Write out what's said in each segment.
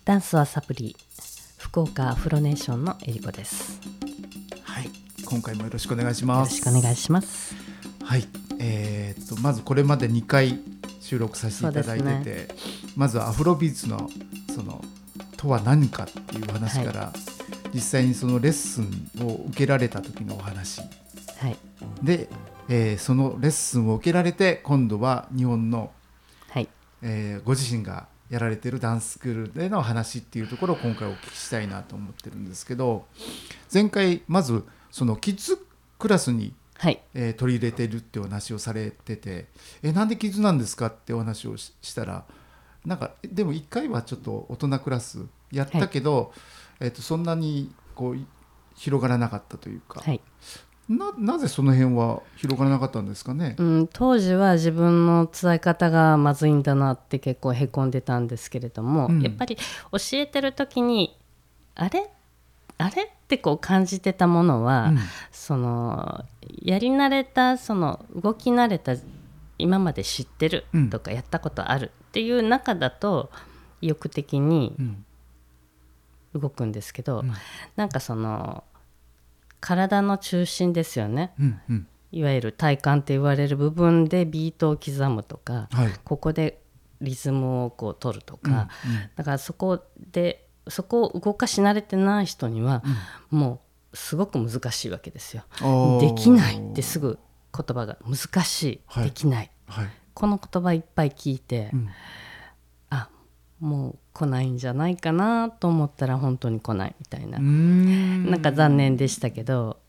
ダンスはサプリ、福岡アフロネーションのえりこです。 はい、今回もよろしくお願いしよます。 ろしくお願いします。 はい、まずこれまで2回収録させていただいてて、 ね、 まずはアフロビーツのとは何かっていう話から、はい、実際にそのレッスンを受けられた時のお話、はい、で、そのレッスンを受けられて今度は日本の、はい、ご自身がやられているダンススクールでの話っていうところを今回お聞きしたいなと思ってるんですけど、前回まずそのキッズクラスに、はい取り入れているってお話をされてて、なんでキッズなんですかってお話をしたら、なんかでも1回はちょっと大人クラスやったけど、はいそんなにこう広がらなかったというか、はい、なぜその辺は広がらなかったんですかね。 当時は自分の伝え方がまずいんだなって結構へこんでたんですけれども、やっぱり教えてる時にあれってこう感じてたものは、そのやり慣れたその動き慣れた今まで知ってるとかやったことあるっていう中だと意欲的に動くんですけど、なんかその体の中心ですよね、いわゆる体幹って言われる部分でビートを刻むとか、はい、ここでリズムをこう取るとか、だからそこを動かし慣れてない人には、もうすごく難しいわけですよ。できないってすぐ言葉が難しい、はい、できない、はい、この言葉いっぱい聞いて、もう来ないんじゃないかなと思ったら本当に来ないみたいな、なんか残念でしたけど、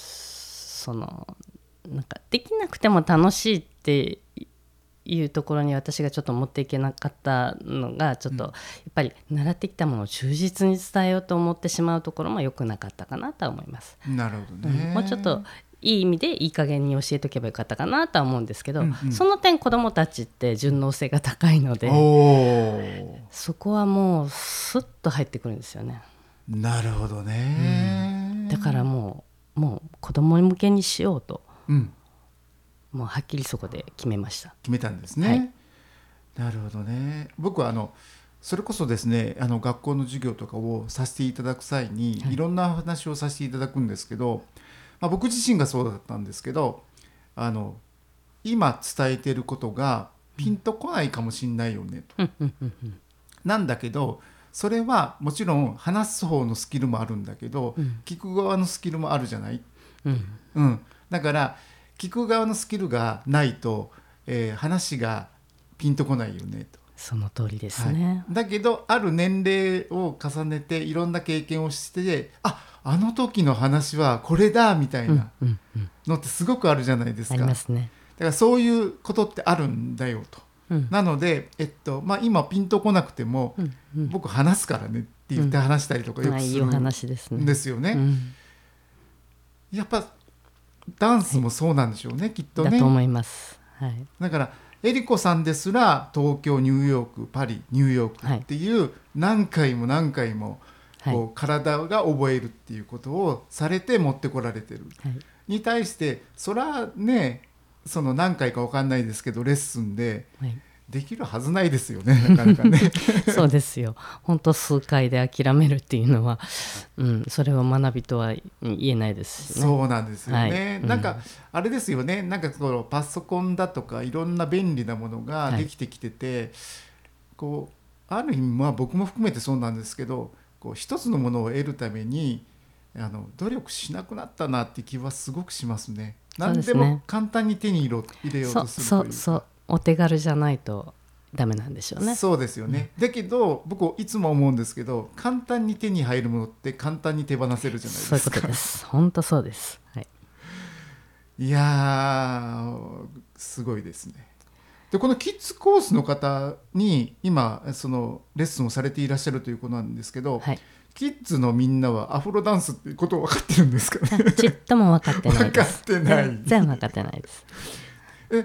なんかできなくても楽しいっていうところに私がちょっと持っていけなかったのが、ちょっとやっぱり習ってきたものを忠実に伝えようと思ってしまうところも良くなかったかなとは思います。 なるほどね、 もうちょっといい意味でいい加減に教えとけばよかったかなとは思うんですけど、その点子どもたちって順応性が高いので、そこはもうスッと入ってくるんですよね。 なるほどね、 だからもう子ども向けにしようと、もうはっきりそこで決めました。 決めたんですね、はい、なるほどね。僕はそれこそですね、学校の授業とかをさせていただく際に、いろんな話をさせていただくんですけど、僕自身がそうだったんですけど、今伝えていることがピンとこないかもしれないよねとなんだけど、それはもちろん話す方のスキルもあるんだけど、聞く側のスキルもあるじゃない、だから聞く側のスキルがないと、話がピンとこないよねと。 その通りですね、 だけどある年齢を重ねていろんな経験をしてあの時の話はこれだみたいなのってすごくあるじゃないですか。 ありますね。 だからそういうことってあるんだよと、なので、今ピンとこなくても、僕話すからねって言って話したりとかよくするいいお話ですね。 ですよね、やっぱダンスもそうなんでしょうね、きっとね。 だと思います、 だからえりこさんですら東京、ニューヨーク、パリ、ニューヨークっていう何回も何回もこう体が覚えるっていうことをされて持ってこられてる、に対してそらね、その何回か分かんないですけどレッスンでできるはずないですよね、なかなかねそうですよ。本当数回で諦めるっていうのは、それは学びとは言えないですしね。 そうなんですよね、なんかあれですよね、なんかこのパソコンだとかいろんな便利なものができてきてて、こうある意味僕も含めてそうなんですけど、こう一つのものを得るために努力しなくなったなって気はすごくしますね。何でも簡単に手に入れようとするというか、 そうお手軽じゃないとダメなんでしょうね。 そうですよね、だけど僕いつも思うんですけど、簡単に手に入るものって簡単に手放せるじゃないですか。 そういうことです。本当そうです、 いやすごいですね。でこのキッズコースの方に今そのレッスンをされていらっしゃるということなんですけど、キッズのみんなはアフロダンスっていうことを分かってるんですかね。 ちっとも分かってないです。 分かってない。 全然分かってないです。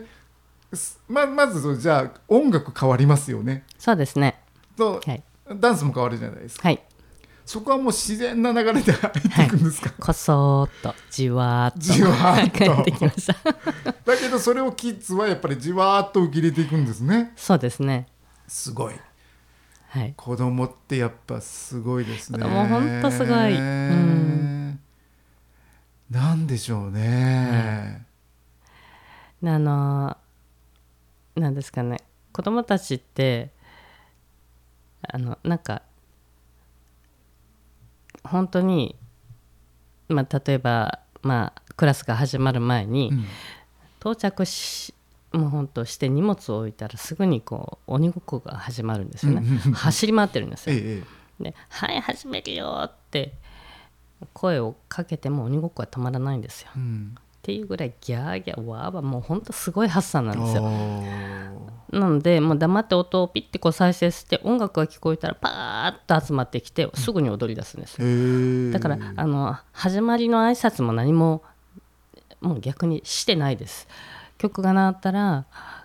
まずじゃあ音楽変わりますよね。 そうですね。 と、ダンスも変わるじゃないですか。そこはもう自然な流れで入っていくんですか。 こそーっとじわーっと帰ってきましただけどそれをキッズはやっぱりじわーっと受け入れていくんですね。 そうですね。 すごい。 はい、 子供ってやっぱすごいですね。 もう本当すごい、 なんでしょうね、 なんですかね、子供たちってなんか本当に、例えば、クラスが始まる前に、到着もう本当して荷物を置いたらすぐにこう鬼ごっこが始まるんですよね。走り回ってるんですよ。で、はい始めるよって声をかけても鬼ごっこは止まらないんですよ、っていうぐらいギャーギャーわーわー、もう本当すごい発散なんですよ。なのでもう黙って音をピッてこう再生して音楽が聞こえたらパーッと集まってきてすぐに踊り出すんですよ。だから始まりの挨拶も何ももう逆にしてないです。曲が鳴ったら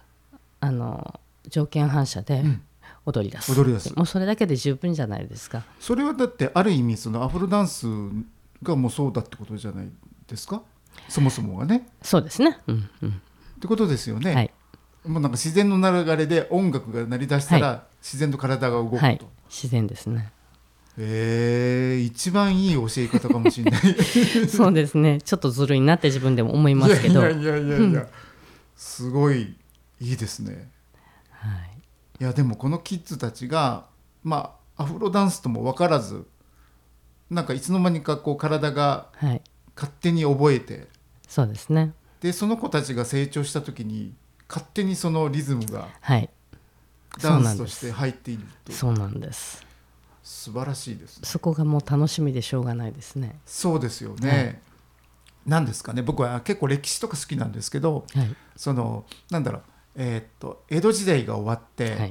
条件反射で踊り出す、もうそれだけで十分じゃないですか。 それはだってある意味そのアフロダンスがもうそうだってことじゃないですか、そもそもがね。 そうですね、ってことですよね、 はい、 もうなんか自然の流れで音楽が鳴り出したら自然と体が動くと、 自然ですね。 一番いい教え方かもしれないそうですね、ちょっとずるいなって自分でも思いますけど、 いやすごいいいですね。いやでもこのキッズたちがアフロダンスとも分からず、なんかいつの間にかこう体が勝手に覚えて、 そうですね。 でその子たちが成長した時に勝手にそのリズムがダンスとして入っていると、 そうなんです。 素晴らしいですね。 そこがもう楽しみでしょうがないですね。 そうですよね、なんですかね、僕は結構歴史とか好きなんですけど、そのなんだろう、江戸時代が終わって、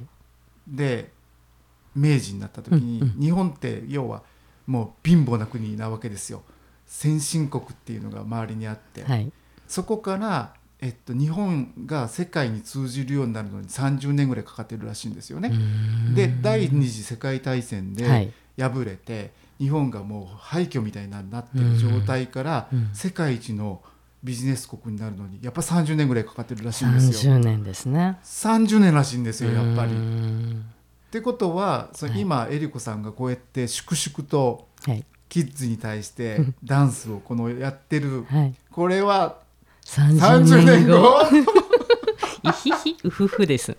で明治になった時に、日本って要はもう貧乏な国なわけですよ。先進国っていうのが周りにあって、そこから、日本が世界に通じるようになるのに30年ぐらいかかってるらしいんですよね。で第二次世界大戦で敗れて、日本がもう廃墟みたいになってる状態から世界一のビジネス国になるのにやっぱ30年ぐらいかかってるらしいんですよ。 30年ですね。 30年らしいんですよ、やっぱり。ってことは今エリコさんがこうやって粛々とキッズに対してダンスをこのやってる、これは30年後いひひうふふです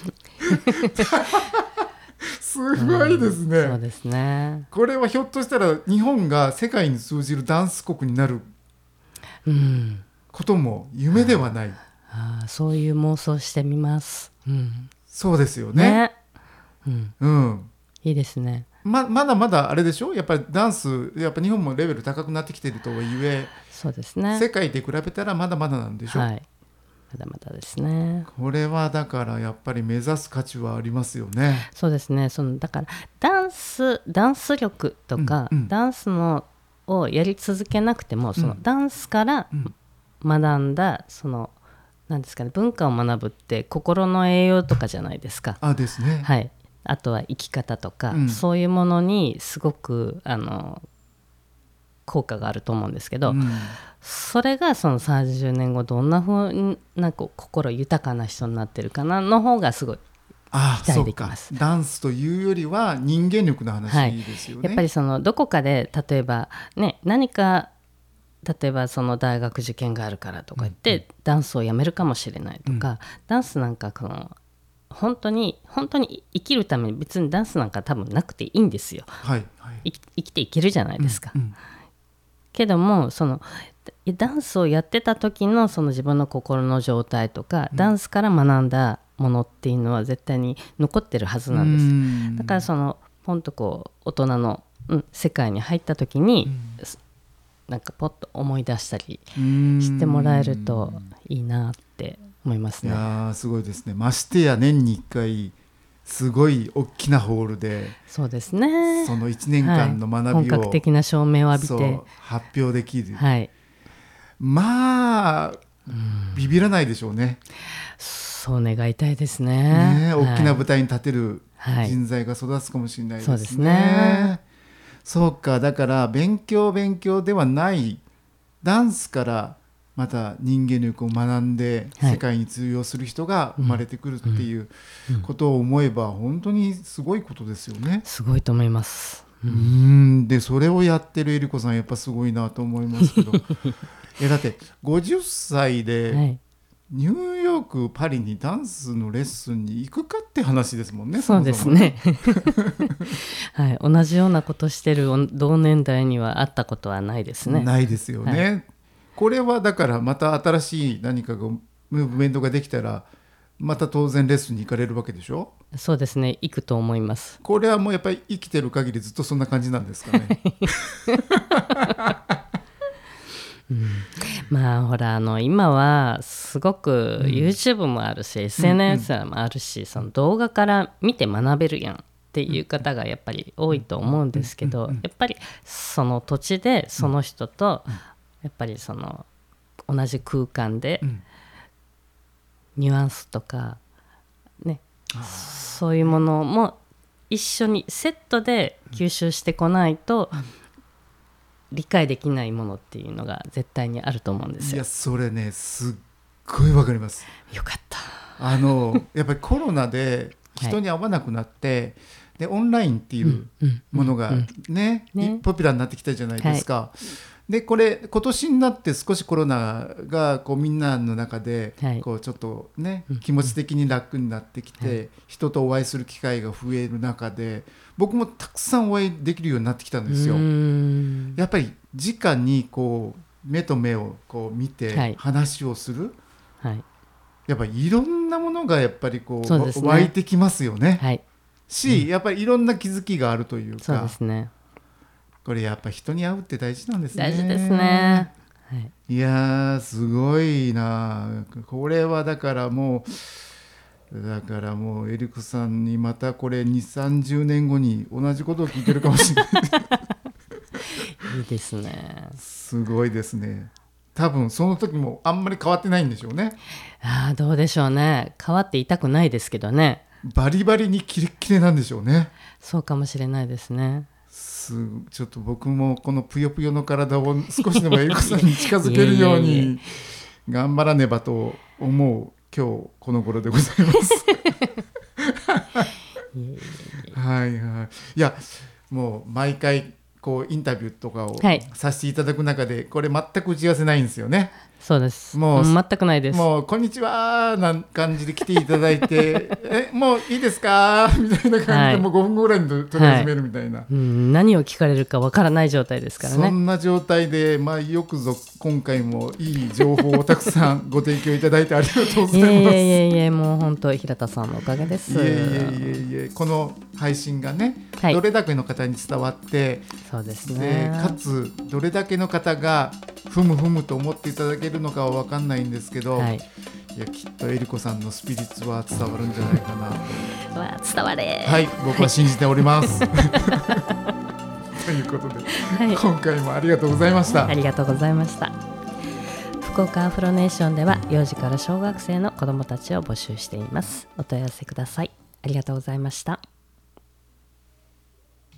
すごいですね、 そうですね。 これはひょっとしたら日本が世界に通じるダンス国になることも夢ではない、 そういう妄想してみます、 そうですよね、いいですね。 まだまだあれでしょ、やっぱりダンスやっぱ日本もレベル高くなってきているとはいえ、 そうですね、 世界で比べたらまだまだなんでしょ、 まだまだですね。 これはだからやっぱり目指す価値はありますよね。 そうですね、だからダンス力とか、ダンスのをやり続けなくても、そのダンスから学んだなんですかね、文化を学ぶって心の栄養とかじゃないですか。 ですね、 あとは生き方とか、そういうものにすごく効果があると思うんですけど、それがその30年後どんな風になんか心豊かな人になってるかなの方がすごい期待できます。 ダンスというよりは人間力の話ですよね、 やっぱりどこかで例えばね、何か例えば大学受験があるからとか言って、ダンスをやめるかもしれないとか、ダンスなんか本当に生きるために別にダンスなんか多分なくていいんですよ、生きていけるじゃないですか、けどもダンスをやってた時の自分の心の状態とか、ダンスから学んだものっていうのは絶対に残ってるはずなんです。だからポンと大人の、世界に入った時に、なんかポッと思い出したりしてもらえるといいなって思いますね。 いやすごいですね。ましてや年に1回すごい大きなホールで、 そうですね、 その1年間の学びを、 本格的な照明を浴びて発表できる、まあビビらないでしょうね。 そう願いたいですね。 大きな舞台に立てる人材が育つかもしれないですね。そうか、だから勉強ではないダンスからまた人間力を学んで世界に通用する人が生まれてくるっていうことを思えば本当にすごいことですよね。 すごいと思います。 でそれをやってるえりこさんやっぱすごいなと思いますけどだって50歳でニューヨークパリにダンスのレッスンに行くかって話ですもんね。 そうですねはい、同じようなことしてる同年代には会ったことはないですね。 ないですよね、はい、これはだからまた新しい何かがムーブメントができたらまた当然レッスンに行かれるわけでしょ。 そうですね、行くと思います。 これはもうやっぱり生きてる限りずっとそんな感じなんですかねまあほら今はすごく YouTube もあるし、SNS もあるし、その動画から見て学べるやんっていう方がやっぱり多いと思うんですけど、やっぱりその土地でその人とやっぱりその同じ空間でニュアンスとかね、そういうものも一緒にセットで吸収してこないと理解できないものっていうのが絶対にあると思うんですよ。 いやそれねすっごいわかります。 よかった。 やっぱりコロナで人に会わなくなって、でオンラインっていうものがね、ポピュラーになってきたじゃないですか、でこれ今年になって少しコロナがこうみんなの中でこうちょっとね、気持ち的に楽になってきて、人とお会いする機会が増える中で僕もたくさんお会いできるようになってきたんですよ。やっぱり直にこう目と目をこう見て話をする、やっぱりいろんなものがやっぱりこう湧いてきますよね、し、やっぱりいろんな気づきがあるというか。 そうですね、 これやっぱ人に会うって大事なんですね。 大事ですね、 いやすごいな。これはだからもうエリコさんにまたこれ 2,30 年後に同じことを聞いてるかもしれないいいですね。 すごいですね。多分その時もあんまり変わってないんでしょうね。 どうでしょうね。変わっていたくないですけどね。 バリバリにキレッキレなんでしょうね。 そうかもしれないですね。 ちょっと僕もこのぷよぷよの体を少しでもエリコさんに近づけるように頑張らねばと思う今日この頃でございますはいはい。いやもう毎回こうインタビューとかをさせていただく中で、これ全く打ち合わせないんですよね。 そうです。もう全くないです。 もうこんにちはなん感じで来ていただいてもういいですかみたいな感じで、もう5分後ぐらいに取り始めるみたいな、 何を聞かれるかわからない状態ですからね。 そんな状態で、よくぞ今回もいい情報をたくさんご提供いただいてありがとうございます。 いえもう本当平田さんのおかげです。 この配信がね、どれだけの方に伝わって、 そうですね、 かつどれだけの方がふむふむと思っていただけるのかは分かんないんですけど、いやきっとエリコさんのスピリッツは伝わるんじゃないかなと伝われ。 僕は信じております、ということで、今回もありがとうございました。 ありがとうございました。福岡アフロネーションでは幼児から小学生の子どもたちを募集しています。お問い合わせください。ありがとうございました。